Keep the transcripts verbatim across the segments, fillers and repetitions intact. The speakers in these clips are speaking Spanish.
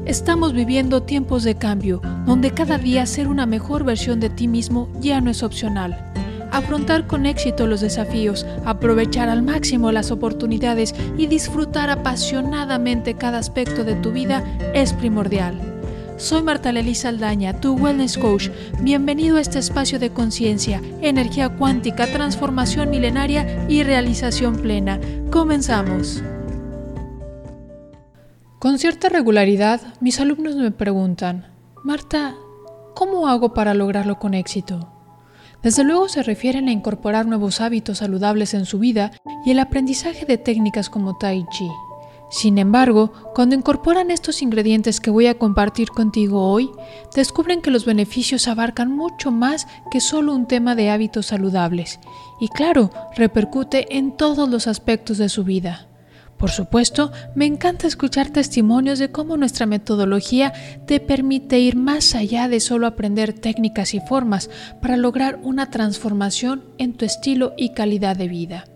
Estamos viviendo tiempos de cambio, donde cada día ser una mejor versión de ti mismo ya no es opcional. Afrontar con éxito los desafíos, aprovechar al máximo las oportunidades y disfrutar apasionadamente cada aspecto de tu vida es primordial. Soy Marta Lely Saldaña, tu Wellness Coach. Bienvenido a este espacio de conciencia, energía cuántica, transformación milenaria y realización plena. Comenzamos. Con cierta regularidad, mis alumnos me preguntan: Marta, ¿cómo hago para lograrlo con éxito? Desde luego se refieren a incorporar nuevos hábitos saludables en su vida y el aprendizaje de técnicas como Tai Chi. Sin embargo, cuando incorporan estos ingredientes que voy a compartir contigo hoy, descubren que los beneficios abarcan mucho más que solo un tema de hábitos saludables y, claro, repercute en todos los aspectos de su vida. Por supuesto, me encanta escuchar testimonios de cómo nuestra metodología te permite ir más allá de solo aprender técnicas y formas para lograr una transformación en tu estilo y calidad de vida.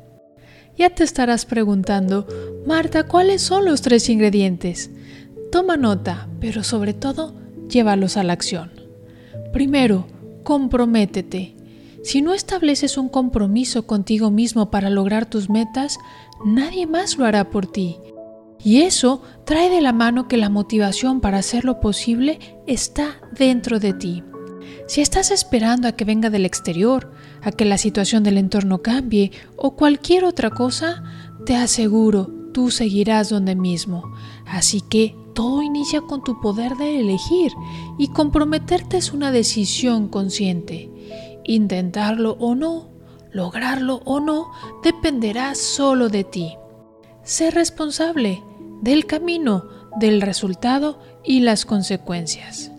Ya te estarás preguntando: Marta, ¿cuáles son los tres ingredientes? Toma nota, pero sobre todo, llévalos a la acción. Primero, comprométete. Si no estableces un compromiso contigo mismo para lograr tus metas, nadie más lo hará por ti. Y eso trae de la mano que la motivación para hacerlo posible está dentro de ti. Si estás esperando a que venga del exterior, a que la situación del entorno cambie o cualquier otra cosa, te aseguro, tú seguirás donde mismo. Así que todo inicia con tu poder de elegir, y comprometerte es una decisión consciente. Intentarlo o no, lograrlo o no, dependerá solo de ti. Sé responsable del camino, del resultado y las consecuencias.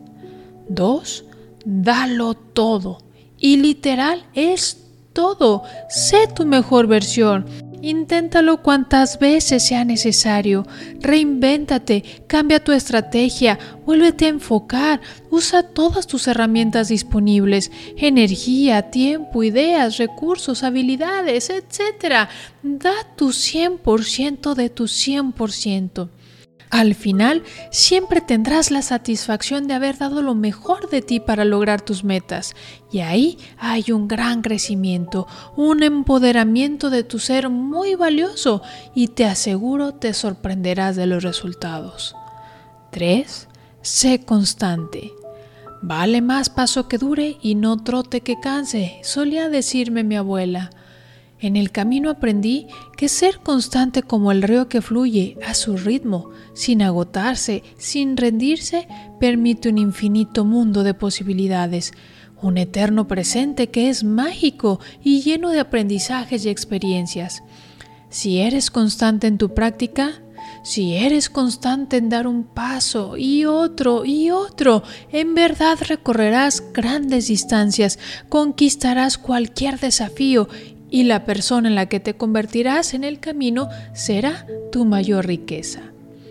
Dos, dalo todo. Y literal es todo. Sé tu mejor versión. Inténtalo cuantas veces sea necesario. Reinvéntate, cambia tu estrategia, vuélvete a enfocar, usa todas tus herramientas disponibles, energía, tiempo, ideas, recursos, habilidades, etcétera. Da tu cien por ciento de tu cien por ciento. Al final, siempre tendrás la satisfacción de haber dado lo mejor de ti para lograr tus metas. Y ahí hay un gran crecimiento, un empoderamiento de tu ser muy valioso, y te aseguro te sorprenderás de los resultados. tres. Sé constante. Vale más paso que dure y no trote que canse, solía decirme mi abuela. En el camino aprendí que ser constante como el río que fluye a su ritmo, sin agotarse, sin rendirse, permite un infinito mundo de posibilidades, un eterno presente que es mágico y lleno de aprendizajes y experiencias. Si eres constante en tu práctica, si eres constante en dar un paso y otro y otro, en verdad recorrerás grandes distancias, conquistarás cualquier desafío, y la persona en la que te convertirás en el camino será tu mayor riqueza.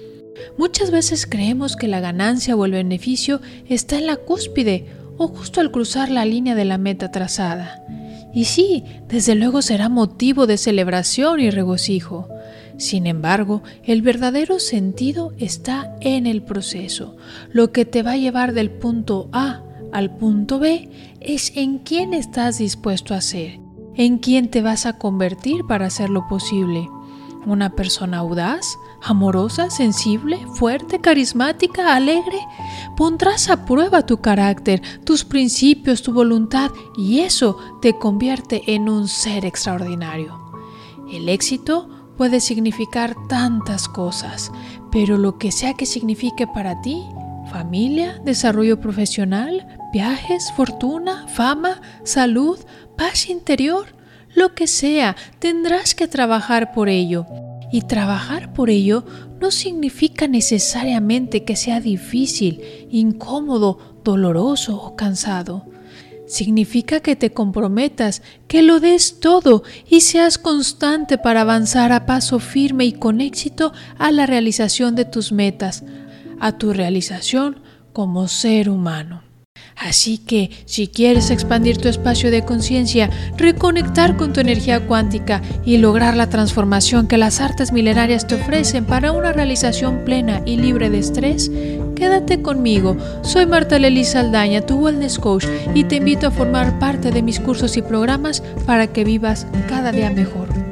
Muchas veces creemos que la ganancia o el beneficio está en la cúspide o justo al cruzar la línea de la meta trazada. Y sí, desde luego será motivo de celebración y regocijo. Sin embargo, el verdadero sentido está en el proceso. Lo que te va a llevar del punto A al punto B es en quién estás dispuesto a ser. ¿En quién te vas a convertir para hacerlo posible? ¿Una persona audaz, amorosa, sensible, fuerte, carismática, alegre? Pondrás a prueba tu carácter, tus principios, tu voluntad, y eso te convierte en un ser extraordinario. El éxito puede significar tantas cosas, pero lo que sea que signifique para ti, familia, desarrollo profesional, viajes, fortuna, fama, salud, paz interior, lo que sea, tendrás que trabajar por ello. Y trabajar por ello no significa necesariamente que sea difícil, incómodo, doloroso o cansado. Significa que te comprometas, que lo des todo y seas constante para avanzar a paso firme y con éxito a la realización de tus metas, a tu realización como ser humano. Así que, si quieres expandir tu espacio de conciencia, reconectar con tu energía cuántica y lograr la transformación que las artes milenarias te ofrecen para una realización plena y libre de estrés, Quédate conmigo, soy Marta Lely Saldaña, tu Wellness Coach, y te invito a formar parte de mis cursos y programas para que vivas cada día mejor.